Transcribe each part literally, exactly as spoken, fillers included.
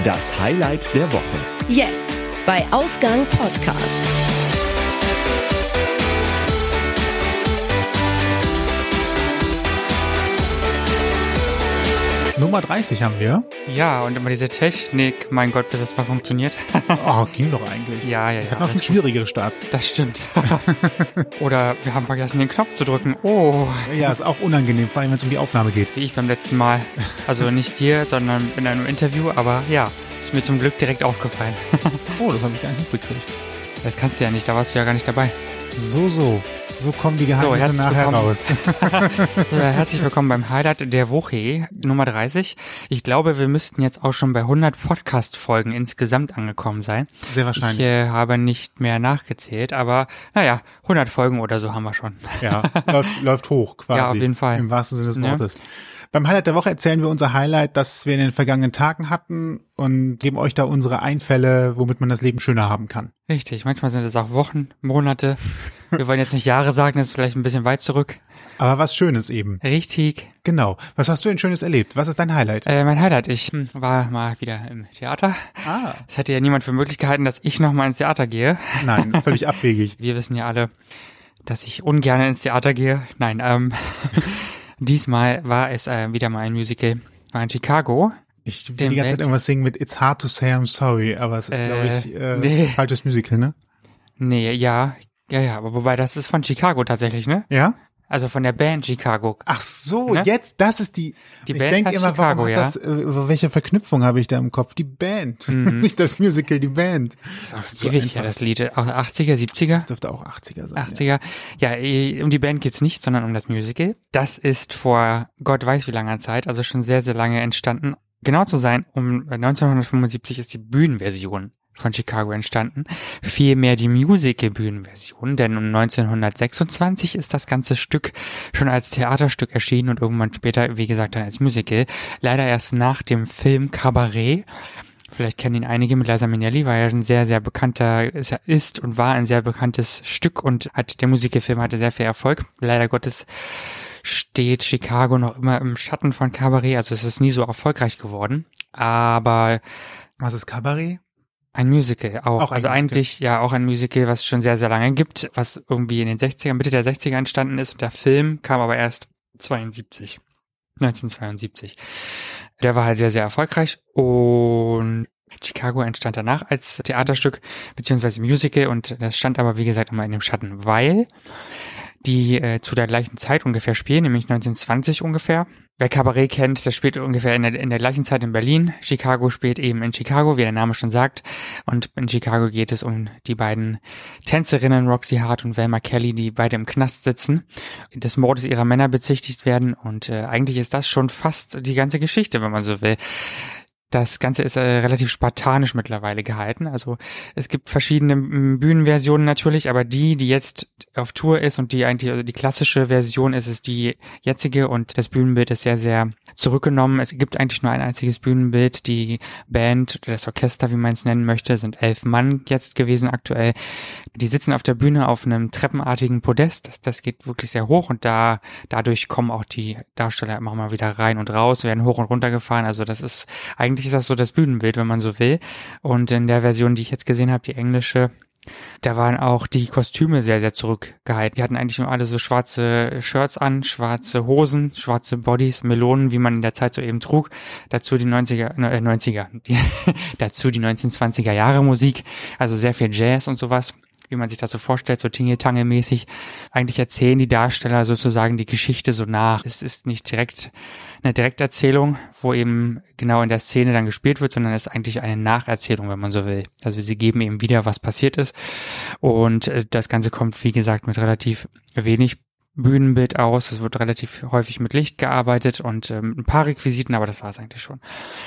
Das Highlight der Woche. Jetzt bei Ausgang Podcast. Nummer dreißig haben wir. Ja, und immer diese Technik, mein Gott, bis das mal funktioniert. Oh, ging doch eigentlich. Ja, ja, Wir ja. hatten auch schon schwierigere Starts. Das stimmt. Oder wir haben vergessen, den Knopf zu drücken. Oh. Ja, ist auch unangenehm, vor allem wenn es um die Aufnahme geht. Wie ich beim letzten Mal. Also nicht hier, sondern in einem Interview, aber ja, ist mir zum Glück direkt aufgefallen. Oh, das habe ich gar nicht mitbekriegt. Das kannst du ja nicht, da warst du ja gar nicht dabei. So, so. So kommen die Geheimnisse So, nachher willkommen. raus. Ja, herzlich willkommen beim Highlight der Woche, Nummer dreißig. Ich glaube, wir müssten jetzt auch schon bei hundert Podcast-Folgen insgesamt angekommen sein. Sehr wahrscheinlich. Ich äh, habe nicht mehr nachgezählt, aber naja, hundert Folgen oder so haben wir schon. Ja, läuft, läuft hoch quasi. Ja, auf jeden Fall. Im wahrsten Sinne des Ja. Wortes. Beim Highlight der Woche erzählen wir unser Highlight, das wir in den vergangenen Tagen hatten und geben euch da unsere Einfälle, womit man das Leben schöner haben kann. Richtig, manchmal sind es auch Wochen, Monate. Wir wollen jetzt nicht Jahre sagen, das ist vielleicht ein bisschen weit zurück. Aber was Schönes eben. Richtig. Genau. Was hast du denn Schönes erlebt? Was ist dein Highlight? Äh, mein Highlight, ich hm, war mal wieder im Theater. Ah. Es hätte ja niemand für möglich gehalten, dass ich nochmal ins Theater gehe. Nein, völlig abwegig. Wir wissen ja alle, dass ich ungern ins Theater gehe. Nein, ähm, diesmal war es äh, wieder mal ein Musical. War in Chicago. Ich will Dem die ganze Zeit Welt- irgendwas singen mit It's hard to say I'm sorry, aber es ist, Äh, glaube ich, äh, nee. falsches Musical, ne? Nee, ja, ja, ja, aber wobei das ist von Chicago tatsächlich, ne? Ja? Also von der Band Chicago. Ach so, Ne? jetzt, das ist die, Die ich Band denke heißt immer, Chicago, warum hat ja? das, äh, welche Verknüpfung habe ich da im Kopf? Die Band, Mhm. nicht das Musical, die Band. Das ist zu ewig, einfach. ja, das Lied. Auch achtziger, siebziger? Das dürfte auch achtziger sein. achtziger. Ja, eh, um die Band geht's nicht, sondern um das Musical. Das ist vor Gott weiß wie langer Zeit, also schon sehr, sehr lange entstanden. Genau zu sein, um neunzehnhundertfünfundsiebzig ist die Bühnenversion von Chicago entstanden. Vielmehr die Musical-Bühnenversion, denn um neunzehnhundertsechsundzwanzig ist das ganze Stück schon als Theaterstück erschienen und irgendwann später, wie gesagt, dann als Musical. Leider erst nach dem Film Cabaret. Vielleicht kennen ihn einige mit Liza Minnelli, war ja ein sehr, sehr bekannter, ist und war ein sehr bekanntes Stück und hat, der Musicalfilm hatte sehr viel Erfolg. Leider Gottes steht Chicago noch immer im Schatten von Cabaret, also es ist nie so erfolgreich geworden. Aber Was ist Cabaret? ein Musical auch. Auch ein also Musical. eigentlich ja auch ein Musical, was es schon sehr, sehr lange gibt, was irgendwie in den sechzigern, Mitte der sechziger entstanden ist und der Film kam aber erst zweiundsiebzig. neunzehnhundertzweiundsiebzig. Der war halt sehr, sehr erfolgreich und Chicago entstand danach als Theaterstück beziehungsweise Musical und das stand aber, wie gesagt, immer in dem Schatten, weil die äh, zu der gleichen Zeit ungefähr spielen, nämlich neunzehnhundertzwanzig ungefähr. Wer Cabaret kennt, das spielt ungefähr in der, in der gleichen Zeit in Berlin. Chicago spielt eben in Chicago, wie der Name schon sagt. Und in Chicago geht es um die beiden Tänzerinnen Roxy Hart und Velma Kelly, die beide im Knast sitzen, des Mordes ihrer Männer bezichtigt werden. Und äh, eigentlich ist das schon fast die ganze Geschichte, wenn man so will. Das Ganze ist äh, relativ spartanisch mittlerweile gehalten. Also es gibt verschiedene m, Bühnenversionen natürlich, aber die, die jetzt auf Tour ist und die eigentlich also die klassische Version ist, ist die jetzige und das Bühnenbild ist sehr, sehr zurückgenommen. Es gibt eigentlich nur ein einziges Bühnenbild. Die Band oder das Orchester, wie man es nennen möchte, sind elf Mann jetzt gewesen aktuell. Die sitzen auf der Bühne auf einem treppenartigen Podest. Das, das geht wirklich sehr hoch und da dadurch kommen auch die Darsteller immer mal wieder rein und raus, werden hoch und runter gefahren. Also das ist eigentlich ist das so das Bühnenbild, wenn man so will. Und in der Version, die ich jetzt gesehen habe, die englische, da waren auch die Kostüme sehr, sehr zurückgehalten. Die hatten eigentlich nur alle so schwarze Shirts an, schwarze Hosen, schwarze Bodies, Melonen, wie man in der Zeit so eben trug. Dazu die neunziger, äh, neunziger, die, dazu die neunzehnhundertzwanziger Jahre Musik, also sehr viel Jazz und sowas, wie man sich das so vorstellt, so Tingeltangel-mäßig. Eigentlich erzählen die Darsteller sozusagen die Geschichte so nach. Es ist nicht direkt eine Direkterzählung, wo eben genau in der Szene dann gespielt wird, sondern es ist eigentlich eine Nacherzählung, wenn man so will. Also sie geben eben wieder, was passiert ist. Und äh, das Ganze kommt, wie gesagt, mit relativ wenig Bühnenbild aus. Es wird relativ häufig mit Licht gearbeitet und ähm, ein paar Requisiten, aber das war es eigentlich schon.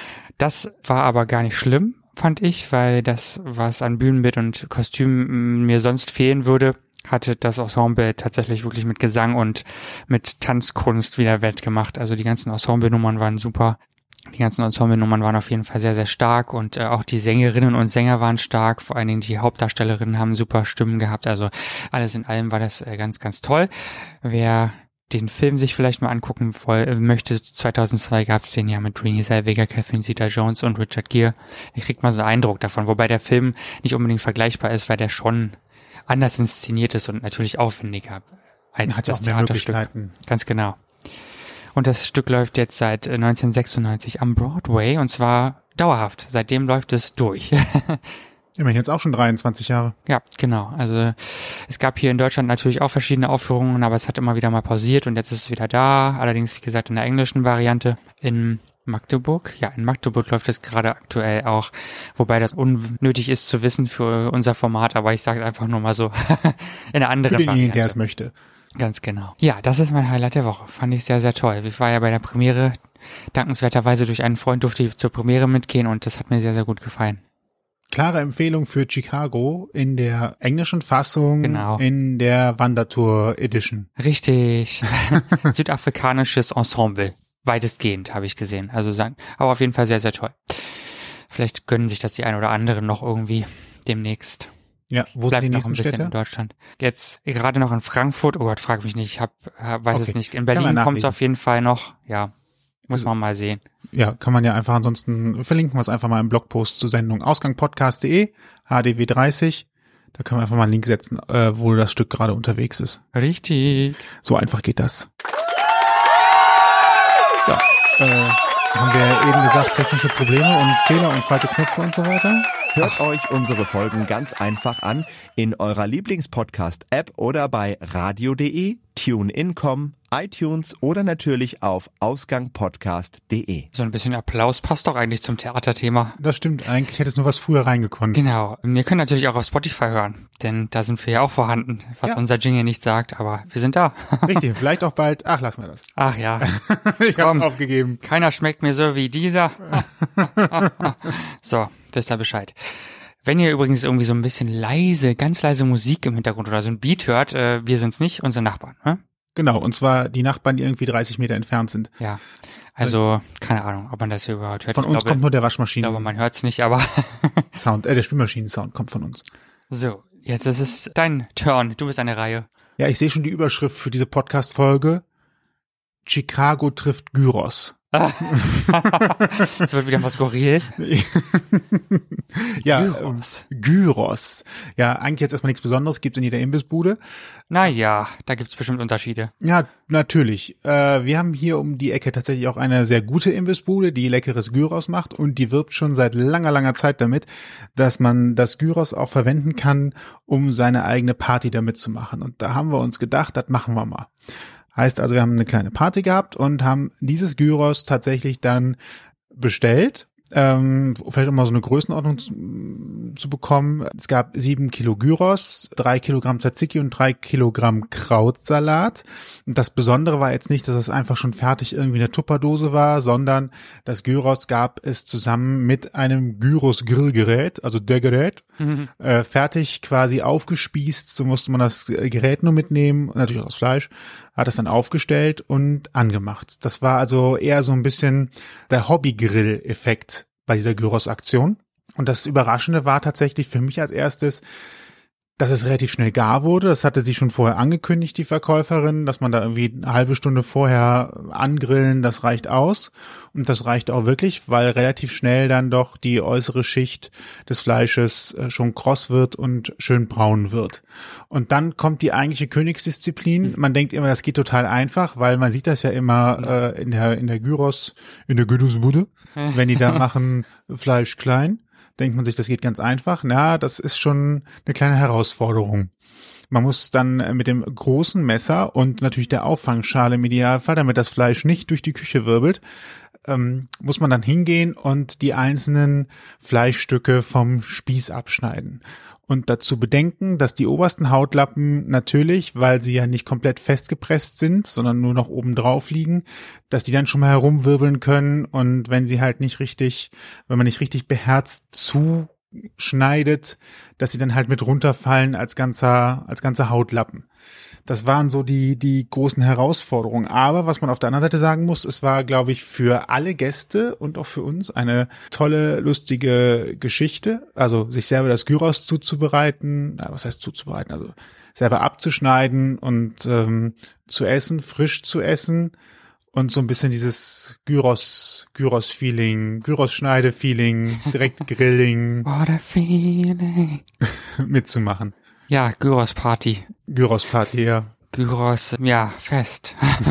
Das war aber gar nicht schlimm, fand ich, weil das, was an Bühnenbild und Kostüm mir sonst fehlen würde, hatte das Ensemble tatsächlich wirklich mit Gesang und mit Tanzkunst wieder wettgemacht. Also die ganzen Ensemble-Nummern waren super. Die ganzen Ensemble-Nummern waren auf jeden Fall sehr, sehr stark und äh, auch die Sängerinnen und Sänger waren stark. Vor allen Dingen die Hauptdarstellerinnen haben super Stimmen gehabt. Also alles in allem war das äh, ganz, ganz toll. Wer den Film sich vielleicht mal angucken voll, möchte, zweitausendzwei gab es den ja mit Renée Zellweger, Catherine Zeta-Jones und Richard Gere. Da kriegt man so einen Eindruck davon, wobei der Film nicht unbedingt vergleichbar ist, weil der schon anders inszeniert ist und natürlich aufwendiger als Hat das auch mehr Theaterstück. Möglichkeiten. Ganz genau. Und das Stück läuft jetzt seit neunzehnhundertsechsundneunzig am Broadway und zwar dauerhaft. Seitdem läuft es durch. Immerhin jetzt auch schon dreiundzwanzig Jahre. Ja, genau. Also es gab hier in Deutschland natürlich auch verschiedene Aufführungen, aber es hat immer wieder mal pausiert und jetzt ist es wieder da. Allerdings, wie gesagt, in der englischen Variante in Magdeburg. Ja, in Magdeburg läuft es gerade aktuell auch, wobei das unnötig ist zu wissen für unser Format, aber ich sage es einfach nur mal so in einer anderen Für denjenigen, Variante. der es möchte. Ganz genau. Ja, das ist mein Highlight der Woche. Fand ich sehr, sehr toll. Ich war ja bei der Premiere, dankenswerterweise durch einen Freund durfte ich zur Premiere mitgehen und das hat mir sehr, sehr gut gefallen. Klare Empfehlung für Chicago in der englischen Fassung, Genau. in der Wandertour Edition. Richtig. Südafrikanisches Ensemble. Weitestgehend, habe ich gesehen. Also sagen, aber auf jeden Fall sehr, sehr toll. Vielleicht gönnen sich das die ein oder anderen noch irgendwie demnächst. Ja, wo sind Bleibt die noch ein nächsten bisschen Städte? in Deutschland. Jetzt gerade noch in Frankfurt. Oh Gott, frag mich nicht. Ich hab, äh, weiß Okay. es nicht. In Kann man Berlin kommt es nachlesen. auf jeden Fall noch. Ja, muss man mal sehen. Ja, kann man ja einfach ansonsten, verlinken wir es einfach mal im Blogpost zur Sendung ausgangpodcast punkt de, H D W dreißig. Da können wir einfach mal einen Link setzen, äh, wo das Stück gerade unterwegs ist. Richtig. So einfach geht das. Ja, äh, haben wir eben gesagt, technische Probleme und Fehler und falsche Knöpfe und so weiter. Hört euch unsere Folgen ganz einfach an in eurer Lieblingspodcast-App oder bei radio punkt de, TuneIn punkt com, iTunes oder natürlich auf ausgangpodcast punkt de. So ein bisschen Applaus passt doch eigentlich zum Theaterthema. Das stimmt, eigentlich hätte es nur was früher reingekonnt. Genau. Wir können natürlich auch auf Spotify hören, denn da sind wir ja auch vorhanden, was Ja. unser Jingle nicht sagt, aber wir sind da. Richtig, vielleicht auch bald, ach, lassen wir das. Ach ja, Ich Komm. hab's aufgegeben. keiner schmeckt mir so wie dieser. So, wisst ihr Bescheid. Wenn ihr übrigens irgendwie so ein bisschen leise, ganz leise Musik im Hintergrund oder so ein Beat hört, äh, wir sind's nicht, unsere Nachbarn. Ne? Genau, und zwar die Nachbarn, die irgendwie dreißig Meter entfernt sind. Ja, also keine Ahnung, ob man das hier überhaupt hört. Von ich uns glaube, kommt nur der ich glaube, Waschmaschinen-Sound, man hört's nicht, aber äh, der Spülmaschinen-Sound kommt von uns. so, jetzt ist es dein Turn. Du bist eine Reihe. Ja, ich sehe schon die Überschrift für diese Podcast-Folge. Chicago trifft Gyros. Es wird wieder mal skurril. Ja, Gyros. Gyros. Gyros. Ja, eigentlich jetzt erstmal nichts Besonderes, gibt's in jeder Imbissbude. Naja, da gibt's bestimmt Unterschiede. Ja, natürlich. Äh, wir haben hier um die Ecke tatsächlich auch eine sehr gute Imbissbude, die leckeres Gyros macht und die wirbt schon seit langer, langer Zeit damit, dass man das Gyros auch verwenden kann, um seine eigene Party damit zu machen. Und da haben wir uns gedacht, das machen wir mal. Heißt also, wir haben eine kleine Party gehabt und haben dieses Gyros tatsächlich dann bestellt. Ähm, vielleicht um mal so eine Größenordnung zu, zu bekommen. Es gab sieben Kilo Gyros, drei Kilogramm Tzatziki und drei Kilogramm Krautsalat. Und das Besondere war jetzt nicht, dass es einfach schon fertig irgendwie in der Tupperdose war, sondern das Gyros gab es zusammen mit einem Gyros-Grillgerät, also der Gerät, Mhm. äh, fertig quasi aufgespießt. So musste man das Gerät nur mitnehmen, natürlich auch das Fleisch, hat es dann aufgestellt und angemacht. Das war also eher so ein bisschen der Hobby-Grill-Effekt bei dieser Gyros-Aktion. Und das Überraschende war tatsächlich für mich als erstes, dass es relativ schnell gar wurde. Das hatte sie schon vorher angekündigt, die Verkäuferin, dass man da irgendwie eine halbe Stunde vorher angrillen, das reicht aus. Und das reicht auch wirklich, weil relativ schnell dann doch die äußere Schicht des Fleisches schon kross wird und schön braun wird. Und dann kommt die eigentliche Königsdisziplin. Man denkt immer, das geht total einfach, weil man sieht das ja immer äh, in der in der Gyros, in der Gyrosbude, wenn die da machen Fleisch klein. Denkt man sich, das geht ganz einfach. Na, das ist schon eine kleine Herausforderung. Man muss dann mit dem großen Messer und natürlich der Auffangschale im Idealfall, damit das Fleisch nicht durch die Küche wirbelt, ähm, muss man dann hingehen und die einzelnen Fleischstücke vom Spieß abschneiden. Und dazu bedenken, dass die obersten Hautlappen natürlich, weil sie ja nicht komplett festgepresst sind, sondern nur noch oben drauf liegen, dass die dann schon mal herumwirbeln können und wenn sie halt nicht richtig, wenn man nicht richtig beherzt zu schneidet, dass sie dann halt mit runterfallen als ganzer, als ganzer Hautlappen. Das waren so die, die großen Herausforderungen. Aber was man auf der anderen Seite sagen muss, es war, glaube ich, für alle Gäste und auch für uns eine tolle, lustige Geschichte. Also sich selber das Gyros zuzubereiten, na, was heißt zuzubereiten? Also selber abzuschneiden und ähm, zu essen, frisch zu essen und so ein bisschen dieses Gyros, Gyros-Feeling, Gyros-Schneide-Feeling, direkt Grilling. What a feeling. mitzumachen. Ja, Gyros-Party. Gyros-Party, ja. Gyros, ja, fest.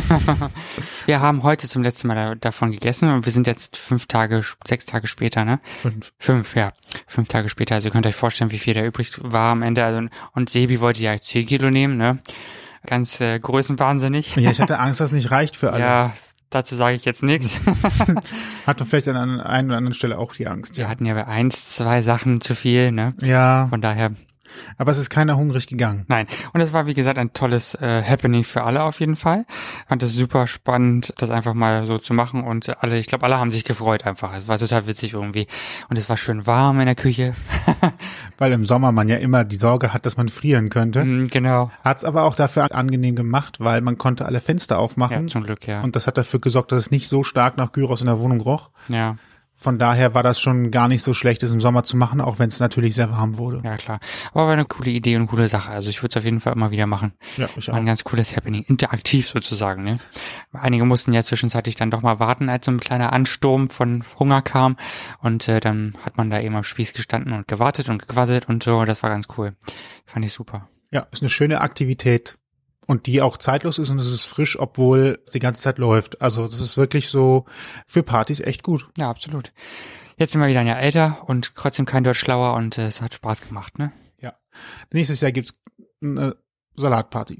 Wir haben heute zum letzten Mal da, davon gegessen und wir sind jetzt fünf Tage, sechs Tage später, ne? Fünf. Fünf, ja. Fünf Tage später. Also ihr könnt euch vorstellen, wie viel da übrig war am Ende. Also, und Sebi wollte ja zehn Kilo nehmen, ne? Ganz äh, größenwahnsinnig. Ja, ich hatte Angst, dass es nicht reicht für alle. Ja, dazu sage ich jetzt nichts. Hat man vielleicht an einer einen oder anderen Stelle auch die Angst. Wir Ja, hatten ja bei eins, zwei Sachen zu viel, ne? ja, Von daher, aber es ist keiner hungrig gegangen. nein. Und es war, wie gesagt, ein tolles äh, Happening für alle auf jeden Fall. Fand es super spannend, das einfach mal so zu machen und alle, ich glaube, alle haben sich gefreut einfach. Es war total witzig irgendwie. Und es war schön warm in der Küche. Weil im Sommer man ja immer die Sorge hat, dass man frieren könnte. Mm, genau. Hat es aber auch dafür angenehm gemacht, weil man konnte alle Fenster aufmachen. Ja, zum Glück, ja. Und das hat dafür gesorgt, dass es nicht so stark nach Gyros in der Wohnung roch. Ja. Von daher war das schon gar nicht so schlecht, es im Sommer zu machen, auch wenn es natürlich sehr warm wurde. Ja, klar. Aber war eine coole Idee und eine coole Sache. Also ich würde es auf jeden Fall immer wieder machen. Ja, ich War ein auch. ganz cooles Happening. Interaktiv sozusagen, ne? Einige mussten ja zwischenzeitlich dann doch mal warten, als so ein kleiner Ansturm von Hunger kam. Und äh, dann hat man da eben am Spieß gestanden und gewartet und gequasselt und so. Das war ganz cool. Fand ich super. Ja, ist eine schöne Aktivität. Und die auch zeitlos ist und es ist frisch, obwohl es die ganze Zeit läuft. Also das ist wirklich so für Partys echt gut. Ja, absolut. Jetzt sind wir wieder ein Jahr älter und trotzdem kein Deutsch schlauer und äh, es hat Spaß gemacht, ne? Ja. Nächstes Jahr gibt's eine Salatparty.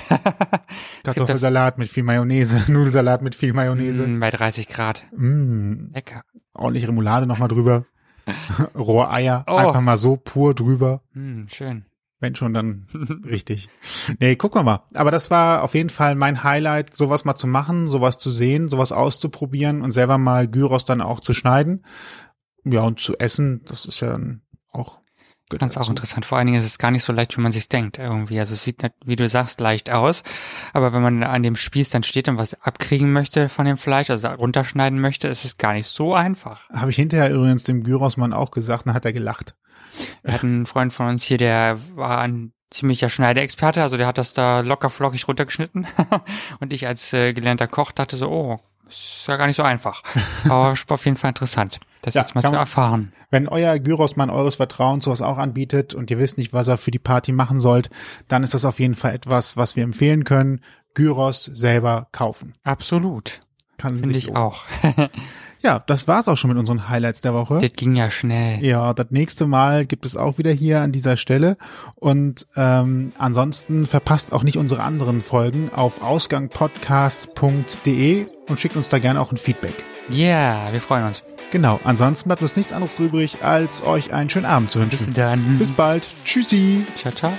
Kartoffelsalat mit viel Mayonnaise, Nudelsalat mit viel Mayonnaise. Mm, bei dreißig Grad. Mm. Lecker. Ordentlich Remoulade nochmal drüber. Rohreier, Oh. einfach mal so pur drüber. Mm, schön. Wenn schon, dann richtig. Nee, gucken wir mal. Aber das war auf jeden Fall mein Highlight, sowas mal zu machen, sowas zu sehen, sowas auszuprobieren und selber mal Gyros dann auch zu schneiden. Ja, und zu essen, das ist ja dann auch Ganz auch interessant. Vor allen Dingen ist es gar nicht so leicht, wie man sich denkt irgendwie. Also es sieht nicht, wie du sagst, leicht aus. Aber wenn man an dem Spieß dann steht und was abkriegen möchte von dem Fleisch, also runterschneiden möchte, ist es gar nicht so einfach. Habe ich hinterher übrigens dem Gyrosmann auch gesagt, dann hat er gelacht. Wir hatten einen Freund von uns hier, der war ein ziemlicher Schneideexperte, also der hat das da locker flockig runtergeschnitten. Und ich als äh, gelernter Koch dachte so, oh, ist ja gar nicht so einfach. Aber auf jeden Fall interessant, das Ja, jetzt mal kann zu man- erfahren. Wenn euer Gyrosmann eures Vertrauens sowas auch anbietet und ihr wisst nicht, was er für die Party machen sollt, dann ist das auf jeden Fall etwas, was wir empfehlen können. Gyros selber kaufen. Absolut, Kann finde sich ich lohnen. auch. Ja, das war's auch schon mit unseren Highlights der Woche. Das ging ja schnell. Ja, das nächste Mal gibt es auch wieder hier an dieser Stelle. Und ähm, ansonsten verpasst auch nicht unsere anderen Folgen auf ausgang podcast punkt de und schickt uns da gerne auch ein Feedback. Ja, yeah, wir freuen uns. Genau, ansonsten bleibt uns nichts anderes übrig, als euch einen schönen Abend zu Bis wünschen. dann. Bis bald. Tschüssi. Ciao, ciao.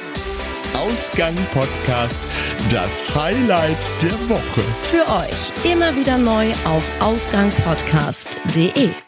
Ausgang Podcast, das Highlight der Woche. Für euch immer wieder neu auf ausgang podcast punkt de.